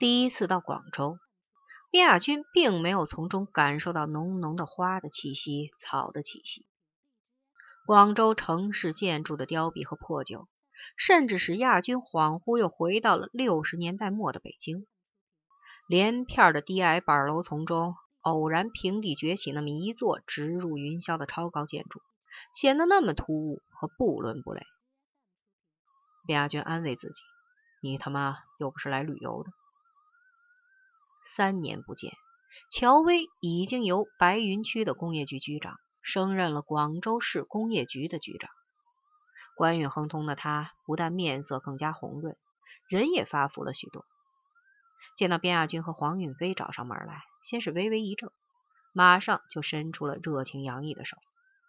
第一次到广州，边亚军并没有从中感受到浓浓的花的气息、草的气息。广州城市建筑的凋敝和破旧，甚至使亚军恍惚又回到了60年代末的北京。连片的低矮板楼丛中，偶然平地崛起那么一座直入云霄的超高建筑，显得那么突兀和不伦不类。边亚军安慰自己，你他妈又不是来旅游的。3年不见，乔薇已经由白云区的工业局局长升任了广州市工业局的局长。官运亨通的他不但面色更加红润，人也发福了许多。见到边亚军和黄允飞找上门来，先是微微一怔，马上就伸出了热情洋溢的手。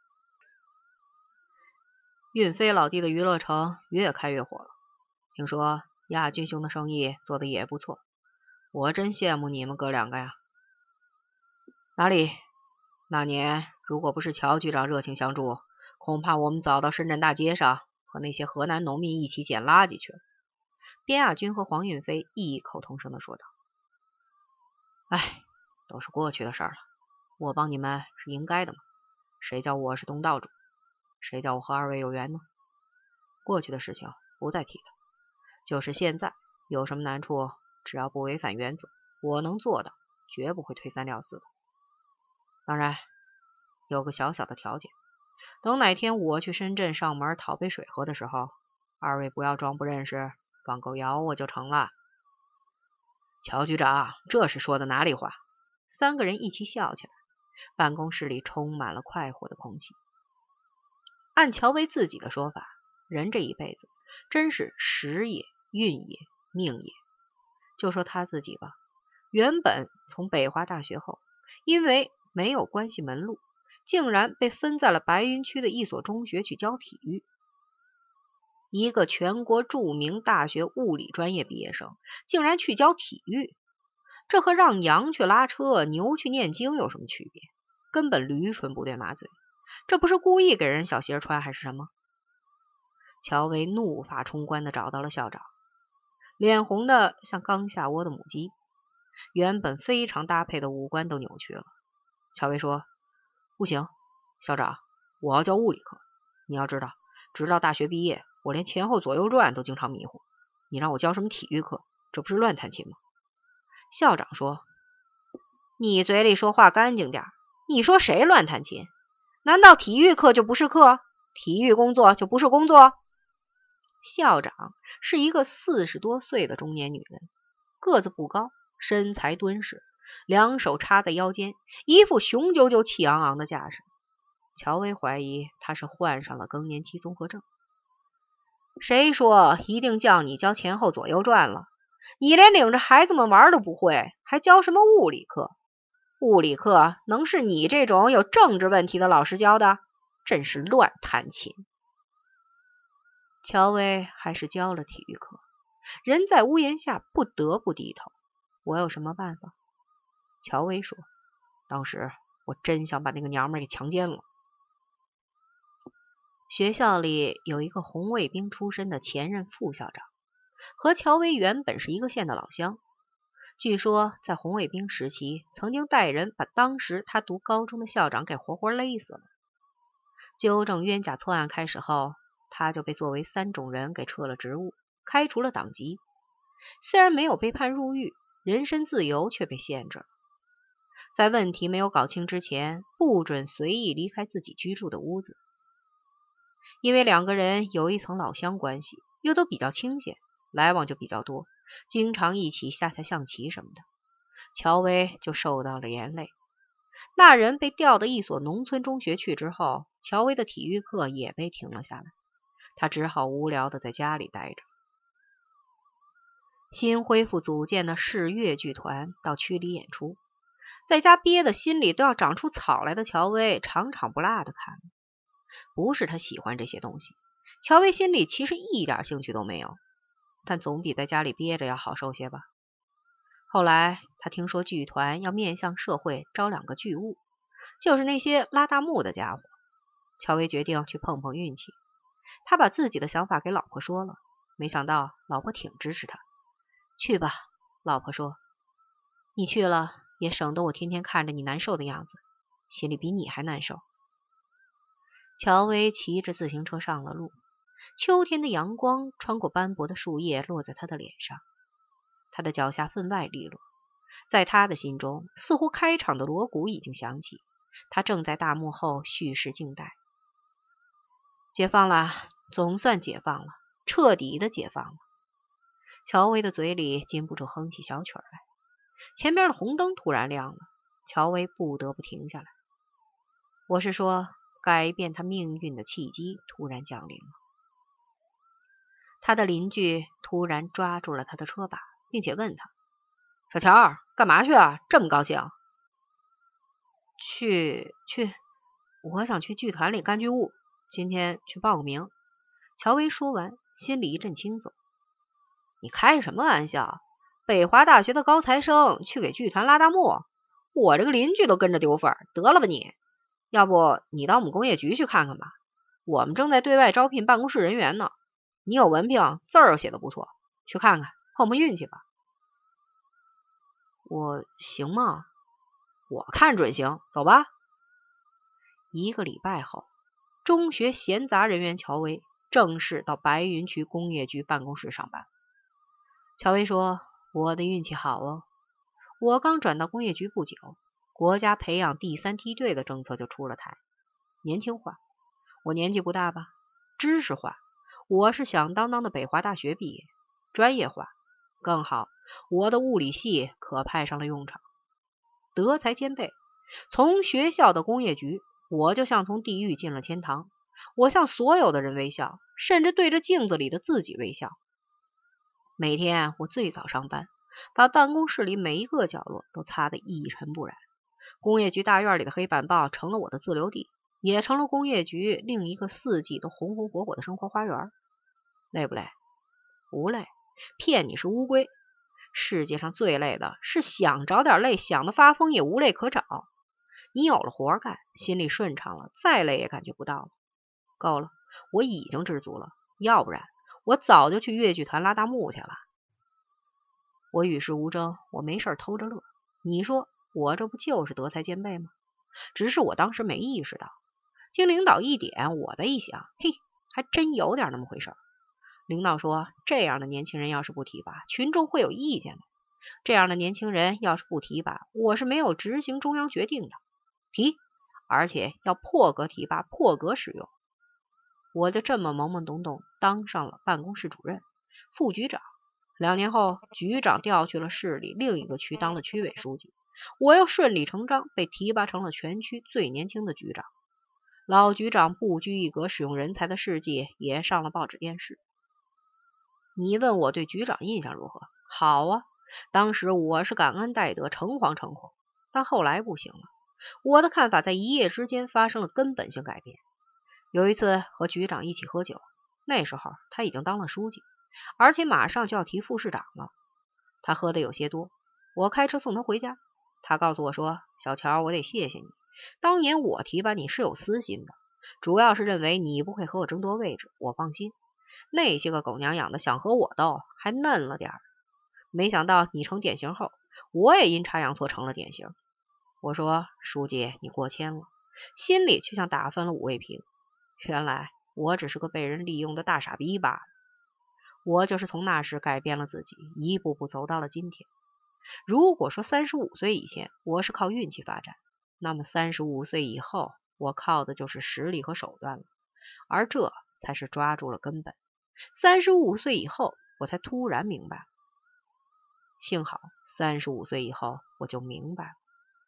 允飞老弟的娱乐城越开越火了，听说亚军兄的生意做得也不错，我真羡慕你们哥两个呀。哪里，那年如果不是乔局长热情相助，恐怕我们早到深圳大街上和那些河南农民一起捡垃圾去了。边亚军和黄允飞异口同声地说道。哎，都是过去的事了，我帮你们是应该的嘛，谁叫我是东道主，谁叫我和二位有缘呢？过去的事情不再提了，就是现在有什么难处，只要不违反原则，我能做的绝不会推三料四的。当然有个小小的条件，等哪天我去深圳上门讨杯水喝的时候，二位不要装不认识，放狗咬我就成了。乔局长这是说的哪里话？3个人一起笑起来，办公室里充满了快活的空气。按乔薇自己的说法，人这一辈子真是时也、运也、命也。就说他自己吧，原本从北华大学后，因为没有关系门路，竟然被分在了白云区的一所中学去教体育。一个全国著名大学物理专业毕业生竟然去教体育，这和让羊去拉车、牛去念经有什么区别？根本驴唇不对马嘴，这不是故意给人小鞋穿还是什么？乔薇怒发冲冠地找到了校长，脸红的像刚下窝的母鸡，原本非常搭配的五官都扭曲了。乔薇说，不行，校长，我要教物理课，你要知道，直到大学毕业，我连前后左右转都经常迷糊，你让我教什么体育课，这不是乱弹琴吗？校长说，你嘴里说话干净点，你说谁乱弹琴？难道体育课就不是课？体育工作就不是工作？校长是一个40多岁的中年女人，个子不高，身材敦实，两手插在腰间，一副雄赳赳气昂昂的架势。乔薇怀疑她是患上了更年期综合症。谁说一定叫你教前后左右转了？你连领着孩子们玩都不会，还教什么物理课？物理课能是你这种有政治问题的老师教的？真是乱弹琴。乔薇还是教了体育课，人在屋檐下不得不低头。我有什么办法？乔薇说，当时我真想把那个娘们给强奸了。学校里有一个红卫兵出身的前任副校长，和乔薇原本是一个县的老乡，据说在红卫兵时期曾经带人把当时他读高中的校长给活活勒死了。纠正冤假错案开始后，他就被作为3种人给撤了职务，开除了党籍。虽然没有被判入狱，人身自由却被限制了。在问题没有搞清之前，不准随意离开自己居住的屋子。因为2个人有一层老乡关系，又都比较亲切，来往就比较多，经常一起下象棋什么的，乔薇就受到了连累。那人被调到一所农村中学去之后，乔薇的体育课也被停了下来，他只好无聊的在家里待着。新恢复组建的市越剧团到区里演出，在家憋的心里都要长出草来的乔薇场场不落的看。不是他喜欢这些东西，乔薇心里其实一点兴趣都没有，但总比在家里憋着要好受些吧。后来他听说剧团要面向社会招2个剧务，就是那些拉大幕的家伙。乔薇决定去碰碰运气，他把自己的想法给老婆说了，没想到老婆挺支持他。去吧， 老婆说，你去了也省得我天天看着你难受的样子，心里比你还难受。乔薇骑着自行车上了路，秋天的阳光穿过斑驳的树叶落在他的脸上，他的脚下分外利落。在他的心中，似乎开场的锣鼓已经响起，他正在大幕后蓄势静待。解放了，总算解放了，彻底的解放了。乔薇的嘴里禁不住哼起小曲来。前边的红灯突然亮了，乔薇不得不停下来。我是说，改变他命运的契机突然降临了。他的邻居突然抓住了他的车把，并且问他：小乔，干嘛去啊？这么高兴？我想去剧团里干剧务，今天去报个名。乔薇说完，心里一阵轻松。你开什么玩笑？北华大学的高材生去给剧团拉大幕，我这个邻居都跟着丢份，得了吧你！要不你到我们工业局去看看吧，我们正在对外招聘办公室人员呢。你有文凭，字儿写得不错，去看看，碰碰运气吧。我行吗？我看准行，走吧。1个礼拜后，中学闲杂人员乔薇正式到白云区工业局办公室上班。乔薇说，我的运气好哦，我刚转到工业局不久，国家培养第3梯队的政策就出了台，年轻化。我年纪不大吧，知识化，我是响当当的北华大学毕业，专业化更好，我的物理系可派上了用场，德才兼备。从学校到工业局，我就像从地狱进了天堂。我向所有的人微笑，甚至对着镜子里的自己微笑。每天我最早上班，把办公室里每一个角落都擦得一尘不染。工业局大院里的黑板报成了我的自留地，也成了工业局另一个4季都红红火火的生活花园。累不累？不累，骗你是乌龟。世界上最累的是想找点累，想得发疯也无累可找。你有了活干，心里顺畅了，再累也感觉不到了。够了，我已经知足了，要不然我早就去越剧团拉大幕去了。我与世无争，我没事偷着乐。你说我这不就是德才兼备吗？只是我当时没意识到。经领导一点，我再一想，嘿，还真有点那么回事。领导说，这样的年轻人要是不提拔，群众会有意见的。这样的年轻人要是不提拔，我是没有执行中央决定的。提，而且要破格提拔，破格使用。我就这么懵懵懂懂当上了办公室主任、副局长。2年后，局长调去了市里另一个区当了区委书记，我又顺理成章被提拔成了全区最年轻的局长。老局长不拘一格使用人才的事迹也上了报纸电视。你问我对局长印象如何？好啊，当时我是感恩戴德，诚惶诚恐，但后来不行了，我的看法在一夜之间发生了根本性改变。有一次和局长一起喝酒，那时候他已经当了书记，而且马上就要提副市长了。他喝得有些多，我开车送他回家。他告诉我说，小乔，我得谢谢你，当年我提拔你是有私心的，主要是认为你不会和我争夺位置，我放心。那些个狗娘养的想和我斗，还嫩了点儿。没想到你成典型后，我也阴差阳错成了典型。我说，书记你过谦了，心里却像打翻了5味瓶。原来我只是个被人利用的大傻逼罢了。我就是从那时改变了自己，一步步走到了今天。如果说35岁以前我是靠运气发展，那么35岁以后我靠的就是实力和手段了，而这才是抓住了根本。35岁以后我才突然明白，幸好35岁以后我就明白了。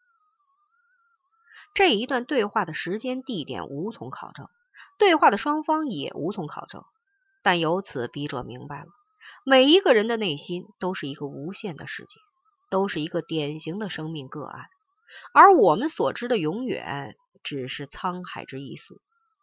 这一段对话的时间地点无从考证，对话的双方也无从考证，但由此笔者明白了，每一个人的内心都是一个无限的世界，都是一个典型的生命个案，而我们所知的永远只是沧海之一粟。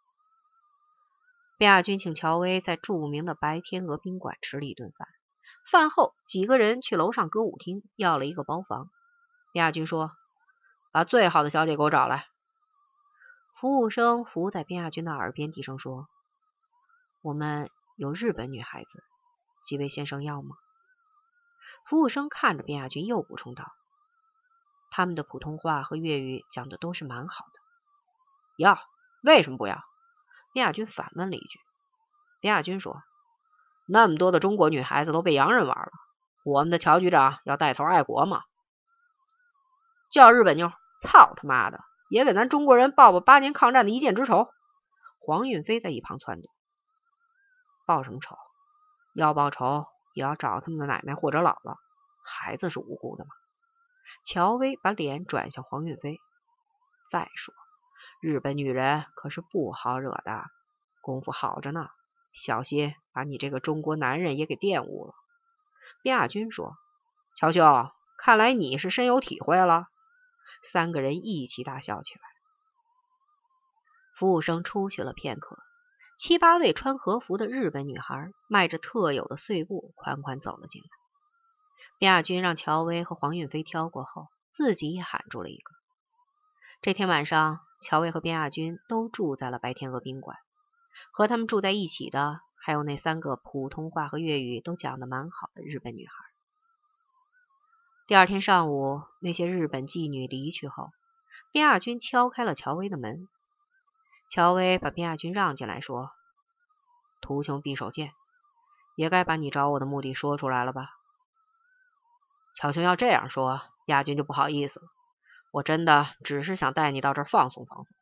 卞亚军请乔薇在著名的白天鹅宾馆吃了一顿饭，饭后几个人去楼上歌舞厅要了一个包房。卞亚军说，把最好的小姐给我找来。服务生伏在卞亚军的耳边低声说，我们有日本女孩子，几位先生要吗？ 服务生看着边亚军，又补充道：“他们的普通话和粤语讲的都是蛮好的。”要？为什么不要？边亚军反问了一句。边亚军说：“那么多的中国女孩子都被洋人玩了，我们的乔局长要带头爱国嘛。”叫日本妞，操他妈的，也给咱中国人报8年抗战的一箭之仇。黄运飞在一旁撺掇：“报什么仇？要报仇也要找他们的奶奶或者姥姥，孩子是无辜的嘛。”乔薇把脸转向黄运飞：“再说，日本女人可是不好惹的，功夫好着呢，小心把你这个中国男人也给玷污了。”边亚军说：“乔兄，看来你是深有体会了。”三个人一起大笑起来。服务生出去了片刻，7、8位穿和服的日本女孩迈着特有的碎步款款走了进来。边亚军让乔薇和黄运飞挑过后，自己也喊住了一个。这天晚上，乔薇和边亚军都住在了白天鹅宾馆，和他们住在一起的还有那3个普通话和粤语都讲得蛮好的日本女孩。第二天上午，那些日本妓女离去后，边亚军敲开了乔薇的门。乔薇把边亚军让进来说：“图穷匕首见，也该把你找我的目的说出来了吧？”乔兄要这样说，亚军就不好意思了。我真的只是想带你到这儿放松放松。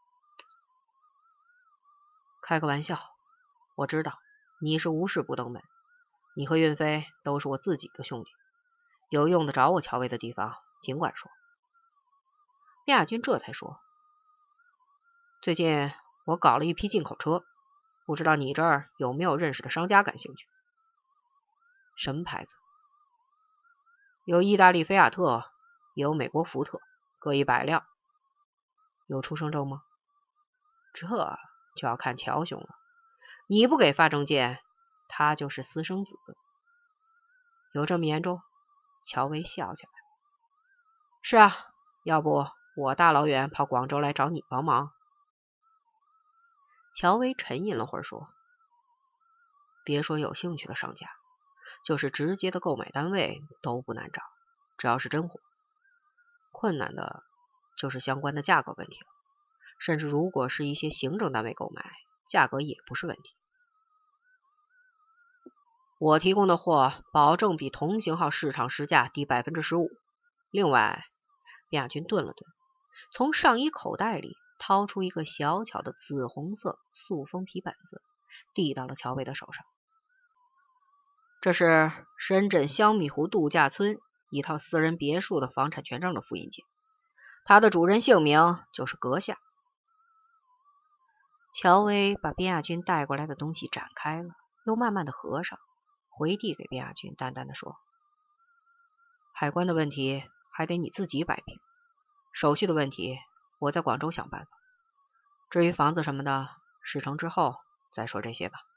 开个玩笑，我知道你是无事不登门，你和运飞都是我自己的兄弟，有用得着我乔薇的地方尽管说。边亚军这才说：“最近我搞了一批进口车，不知道你这儿有没有认识的商家感兴趣？”“什么牌子？”“有意大利菲亚特，也有美国福特，各100辆。”“有出生证吗？”“这就要看乔兄了，你不给发证件，他就是私生子。”“有这么严重？”乔薇笑起来。“是啊，要不我大老远跑广州来找你帮忙。”乔薇沉吟了会儿说：“别说有兴趣的商家，就是直接的购买单位都不难找，只要是真货。困难的就是相关的价格问题了，甚至如果是一些行政单位购买，价格也不是问题。我提供的货保证比同型号市场实价低 15%。另外，”边亚军顿了顿，从上衣口袋里掏出一个小巧的紫红色塑封皮本子，递到了乔薇的手上。“这是深圳香蜜湖度假村一套私人别墅的房产权证的复印件，它的主人姓名就是阁下。”乔薇把边亚军带过来的东西展开了，又慢慢的合上，回递给边亚军，淡淡的说：“海关的问题还得你自己摆平，手续的问题我在广州想办法。至于房子什么的，事成之后再说这些吧。”